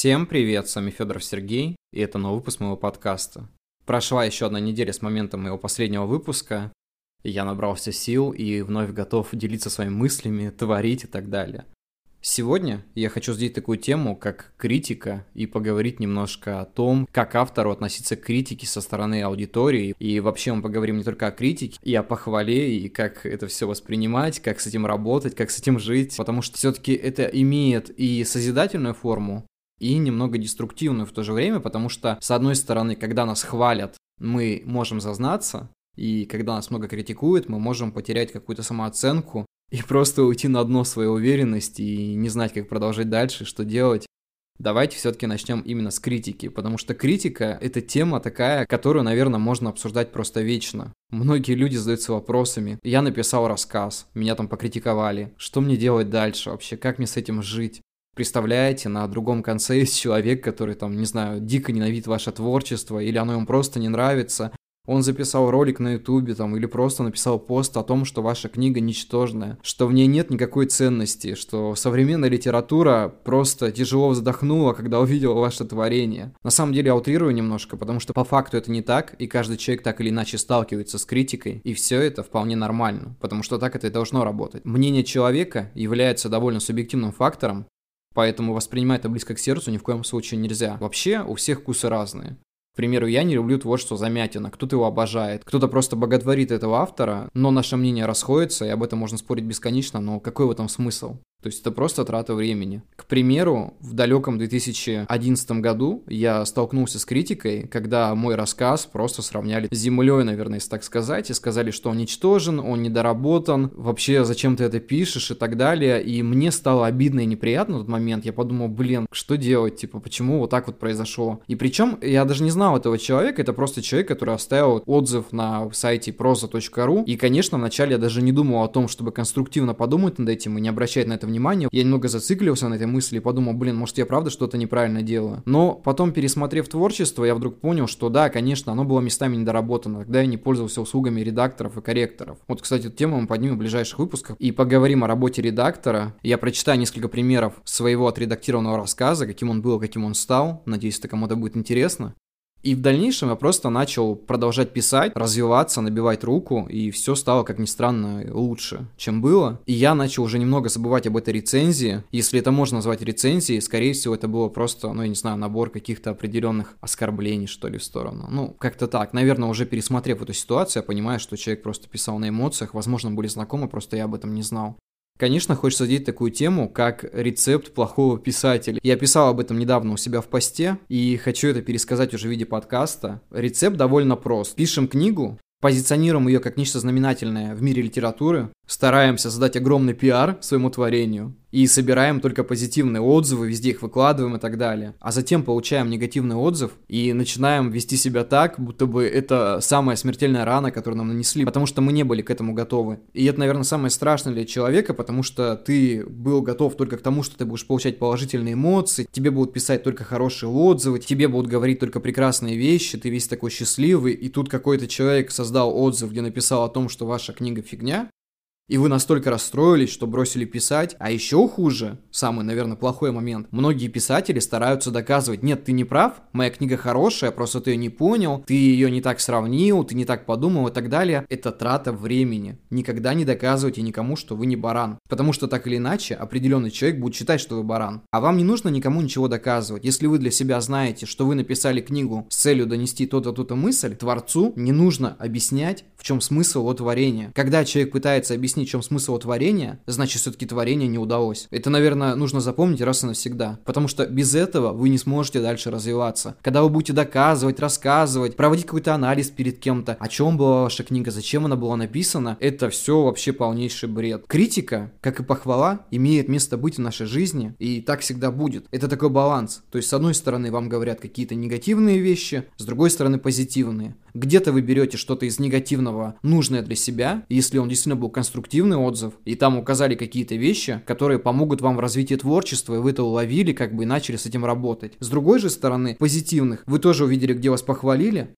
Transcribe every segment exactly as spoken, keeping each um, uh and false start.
Всем привет, с вами Федоров Сергей, и это новый выпуск моего подкаста. Прошла еще одна неделя с момента моего последнего выпуска, и я набрался сил и вновь готов делиться своими мыслями, творить и так далее. Сегодня я хочу сделать такую тему, как критика, и поговорить немножко о том, как автору относиться к критике со стороны аудитории, и вообще мы поговорим не только о критике, и о похвале, и как это все воспринимать, как с этим работать, как с этим жить, потому что все-таки это имеет и созидательную форму, и немного деструктивную в то же время, потому что, с одной стороны, когда нас хвалят, мы можем зазнаться, и когда нас много критикуют, мы можем потерять какую-то самооценку и просто уйти на дно своей уверенности и не знать, как продолжать дальше, что делать. Давайте все-таки начнем именно с критики, потому что критика — это тема такая, которую, наверное, можно обсуждать просто вечно. Многие люди задаются вопросами. Я написал рассказ, меня там покритиковали. Что мне делать дальше вообще? Как мне с этим жить? Представляете, на другом конце есть человек, который там, не знаю, дико ненавидит ваше творчество, или оно ему просто не нравится. Он записал ролик на ютубе там, или просто написал пост о том, что ваша книга ничтожная, что в ней нет никакой ценности, что современная литература просто тяжело вздохнула, когда увидела ваше творение. На самом деле я утрирую немножко, потому что по факту это не так, и каждый человек так или иначе сталкивается с критикой, и все это вполне нормально, потому что так это и должно работать. Мнение человека является довольно субъективным фактором, поэтому воспринимать это близко к сердцу ни в коем случае нельзя. Вообще, у всех вкусы разные. К примеру, я не люблю творчество Замятина, кто-то его обожает, кто-то просто боготворит этого автора, но наше мнение расходится, и об этом можно спорить бесконечно, но какой в этом смысл? То есть это просто трата времени. К примеру, в далеком две тысячи одиннадцатом году я столкнулся с критикой, когда мой рассказ просто сравняли с землей, наверное, если так сказать, и сказали, что он ничтожен, он недоработан, вообще зачем ты это пишешь и так далее. И мне стало обидно и неприятно в тот момент. Я подумал, блин, что делать, типа, почему вот так вот произошло? И причем я даже не знал этого человека, это просто человек, который оставил отзыв на сайте проза точка ру. И, конечно, вначале я даже не думал о том, чтобы конструктивно подумать над этим и не обращать на это внимания. Внимание. Я немного зациклился на этой мысли и подумал, блин, может я правда что-то неправильно делаю. Но потом, пересмотрев творчество, я вдруг понял, что да, конечно, оно было местами недоработано. Тогда я не пользовался услугами редакторов и корректоров. Вот, кстати, эту тему мы поднимем в ближайших выпусках и поговорим о работе редактора. Я прочитаю несколько примеров своего отредактированного рассказа, каким он был, каким он стал. Надеюсь, это кому-то будет интересно. И в дальнейшем я просто начал продолжать писать, развиваться, набивать руку, и все стало, как ни странно, лучше, чем было. И я начал уже немного забывать об этой рецензии. Если это можно назвать рецензией, скорее всего, это было просто, ну, я не знаю, набор каких-то определенных оскорблений, что ли, в сторону. Ну, как-то так. Наверное, уже пересмотрев эту ситуацию, я понимаю, что человек просто писал на эмоциях, возможно, были знакомы, просто я об этом не знал. Конечно, хочется задеть такую тему, как рецепт плохого писателя. Я писал об этом недавно у себя в посте, и хочу это пересказать уже в виде подкаста. Рецепт довольно прост. Пишем книгу, позиционируем ее как нечто знаменательное в мире литературы, стараемся создать огромный пиар своему творению и собираем только позитивные отзывы, везде их выкладываем и так далее. А затем получаем негативный отзыв и начинаем вести себя так, будто бы это самая смертельная рана, которую нам нанесли, потому что мы не были к этому готовы. И это, наверное, самое страшное для человека, потому что ты был готов только к тому, что ты будешь получать положительные эмоции, тебе будут писать только хорошие отзывы, тебе будут говорить только прекрасные вещи, ты весь такой счастливый, и тут какой-то человек создал отзыв, где написал о том, что ваша книга фигня, и вы настолько расстроились, что бросили писать. А еще хуже, самый, наверное, плохой момент. Многие писатели стараются доказывать, нет, ты не прав, моя книга хорошая, просто ты ее не понял, ты ее не так сравнил, ты не так подумал и так далее. Это трата времени. Никогда не доказывайте никому, что вы не баран. Потому что так или иначе, определенный человек будет считать, что вы баран. А вам не нужно никому ничего доказывать. Если вы для себя знаете, что вы написали книгу с целью донести то-то, то-то мысль, творцу не нужно объяснять, в чем смысл его творения. Когда человек пытается объяснить, в чем смысл творения, значит, все-таки творение не удалось. Это, наверное, нужно запомнить раз и навсегда. Потому что без этого вы не сможете дальше развиваться. Когда вы будете доказывать, рассказывать, проводить какой-то анализ перед кем-то, о чем была ваша книга, зачем она была написана, это все вообще полнейший бред. Критика, как и похвала, имеет место быть в нашей жизни, и так всегда будет. Это такой баланс. То есть, с одной стороны, вам говорят какие-то негативные вещи, с другой стороны, позитивные. Где-то вы берете что-то из негативного, нужное для себя, если он действительно был конструктивный отзыв, и там указали какие-то вещи, которые помогут вам в развитии творчества, и вы это уловили, как бы и начали с этим работать. С другой же стороны, позитивных, вы тоже увидели, где вас похвалили,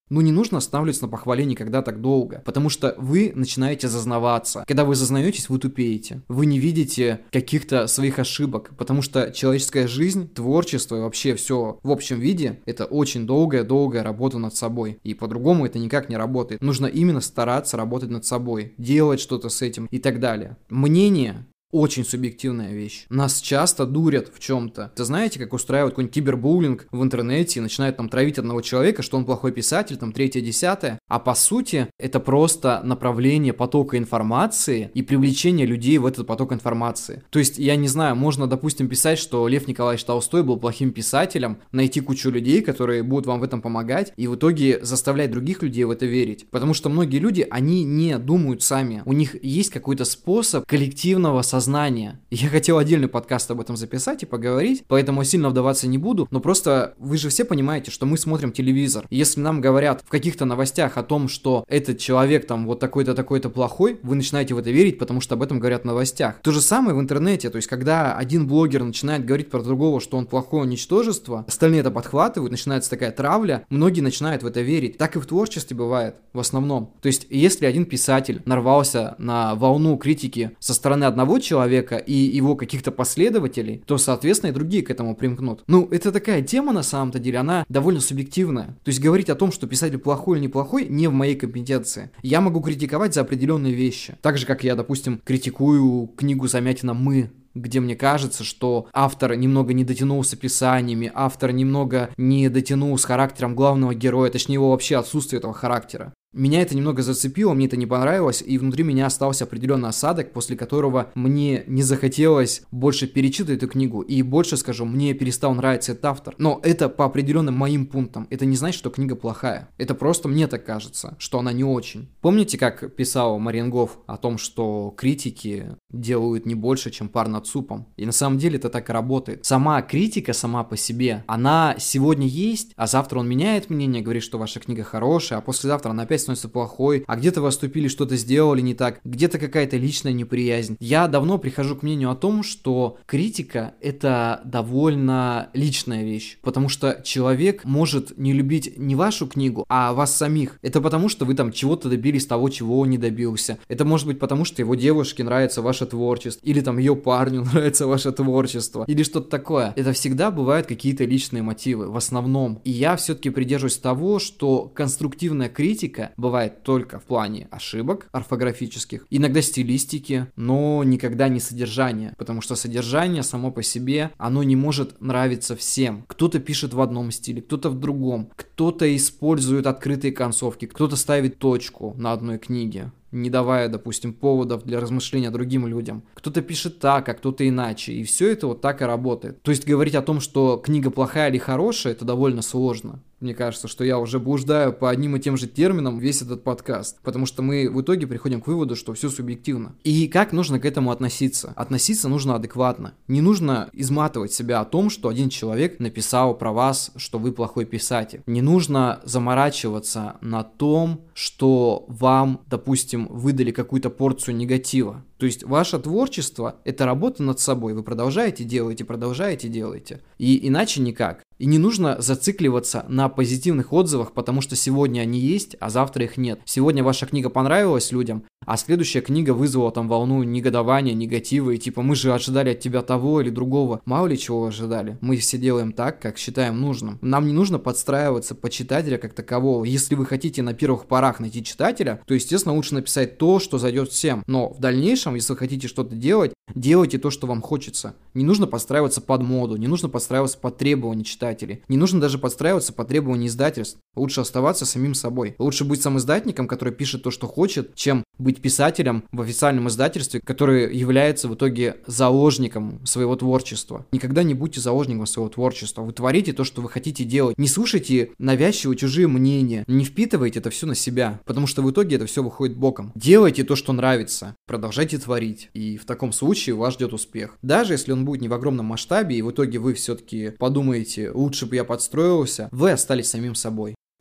Ну, не нужно останавливаться на похвале никогда так долго, потому что вы начинаете зазнаваться. Когда вы зазнаетесь, вы тупеете. Вы не видите каких-то своих ошибок, потому что человеческая жизнь, творчество и вообще все в общем виде – это очень долгая-долгая работа над собой. И по-другому это никак не работает. Нужно именно стараться работать над собой, делать что-то с этим и так далее. Мнение очень субъективная вещь. Нас часто дурят в чем-то. Ты знаете, как устраивают какой-нибудь кибербуллинг в интернете и начинают там травить одного человека, что он плохой писатель, там третье-десятое. А по сути, это просто направление потока информации и привлечение людей в этот поток информации. То есть, я не знаю, можно, допустим, писать, что Лев Николаевич Толстой был плохим писателем, найти кучу людей, которые будут вам в этом помогать, и в итоге заставлять других людей в это верить. Потому что многие люди, они не думают сами. У них есть какой-то способ коллективного сознания. Знания. Я хотел отдельный подкаст об этом записать и поговорить, поэтому сильно вдаваться не буду, но просто вы же все понимаете, что мы смотрим телевизор. И если нам говорят в каких-то новостях о том, что этот человек там вот такой-то, такой-то плохой, вы начинаете в это верить, потому что об этом говорят в новостях. То же самое в интернете, то есть когда один блогер начинает говорить про другого, что он плохое ничтожество, остальные это подхватывают, начинается такая травля, многие начинают в это верить. Так и в творчестве бывает в основном. То есть если один писатель нарвался на волну критики со стороны одного человека, человека и его каких-то последователей, то, соответственно, и другие к этому примкнут. Ну, это такая тема, на самом-то деле, она довольно субъективная. То есть говорить о том, что писатель плохой или неплохой, не в моей компетенции. Я могу критиковать за определенные вещи. Так же, как я, допустим, критикую книгу Замятина «Мы», где мне кажется, что автор немного не дотянул с описаниями, автор немного не дотянул с характером главного героя, точнее его вообще отсутствие этого характера. Меня это немного зацепило, мне это не понравилось, и внутри меня остался определенный осадок, после которого мне не захотелось больше перечитывать эту книгу, и больше скажу, мне перестал нравиться этот автор. Но это по определенным моим пунктам. Это не значит, что книга плохая. Это просто мне так кажется, что она не очень. Помните, как писал Мариенгоф о том, что критики делают не больше, чем пар над супом? И на самом деле это так и работает. Сама критика сама по себе, она сегодня есть, а завтра он меняет мнение, говорит, что ваша книга хорошая, а послезавтра она опять становится плохой, а где-то вы оступили, что-то сделали не так, где-то какая-то личная неприязнь. Я давно прихожу к мнению о том, что критика — это довольно личная вещь, потому что человек может не любить не вашу книгу, а вас самих. Это потому, что вы там чего-то добились того, чего он не добился. Это может быть потому, что его девушке нравится ваше творчество, или там ее парню нравится ваше творчество, или что-то такое. Это всегда бывают какие-то личные мотивы, в основном. И я все-таки придерживаюсь того, что конструктивная критика бывает только в плане ошибок орфографических, иногда стилистики, но никогда не содержания, потому что содержание само по себе, оно не может нравиться всем. Кто-то пишет в одном стиле, кто-то в другом, кто-то использует открытые концовки, кто-то ставит точку на одной книге, не давая, допустим, поводов для размышления другим людям. Кто-то пишет так, а кто-то иначе, и все это вот так и работает. То есть говорить о том, что книга плохая или хорошая, это довольно сложно. Мне кажется, что я уже блуждаю по одним и тем же терминам весь этот подкаст, потому что мы в итоге приходим к выводу, что все субъективно. И как нужно к этому относиться? Относиться нужно адекватно. Не нужно изматывать себя о том, что один человек написал про вас, что вы плохой писатель. Не нужно заморачиваться на том, что вам, допустим, выдали какую-то порцию негатива. То есть ваше творчество – это работа над собой. Вы продолжаете, делаете, продолжаете, делаете. И иначе никак. И не нужно зацикливаться на позитивных отзывах, потому что сегодня они есть, а завтра их нет. Сегодня ваша книга понравилась людям, а следующая книга вызвала там волну негодования, негатива, и типа мы же ожидали от тебя того или другого. Мало ли чего ожидали. Мы все делаем так, как считаем нужным. Нам не нужно подстраиваться под читателя как такового. Если вы хотите на первых порах найти читателя, то, естественно, лучше написать то, что зайдет всем. Но в дальнейшем, если вы хотите что-то делать, делайте то, что вам хочется. Не нужно подстраиваться под моду, не нужно подстраиваться под требования читателей, не нужно даже подстраиваться под требования издательств. Лучше оставаться самим собой. Лучше быть сам издатником, который пишет то, что хочет, чем быть писателем в официальном издательстве, который является в итоге заложником своего творчества. Никогда не будьте заложником своего творчества. Вы творите то, что вы хотите делать. Не слушайте навязчивые чужие мнения. Не впитывайте это все на себя, потому что в итоге это все выходит боком. Делайте то, что нравится. Продолжайте творить. И в таком случае вас ждет успех. Даже если он будет не в огромном масштабе, и в итоге вы все-таки подумаете, лучше бы я подстроился, вы остались самим собой.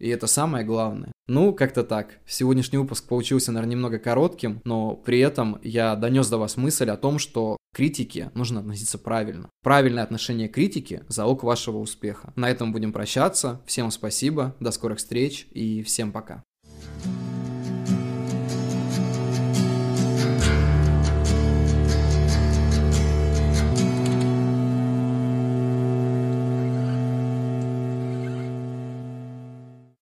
И это самое главное. Ну, как-то так. Сегодняшний выпуск получился, наверное, немного коротким, но при этом я донес до вас мысль о том, что к критике нужно относиться правильно. Правильное отношение к критике – залог вашего успеха. На этом будем прощаться. Всем спасибо, до скорых встреч и всем пока.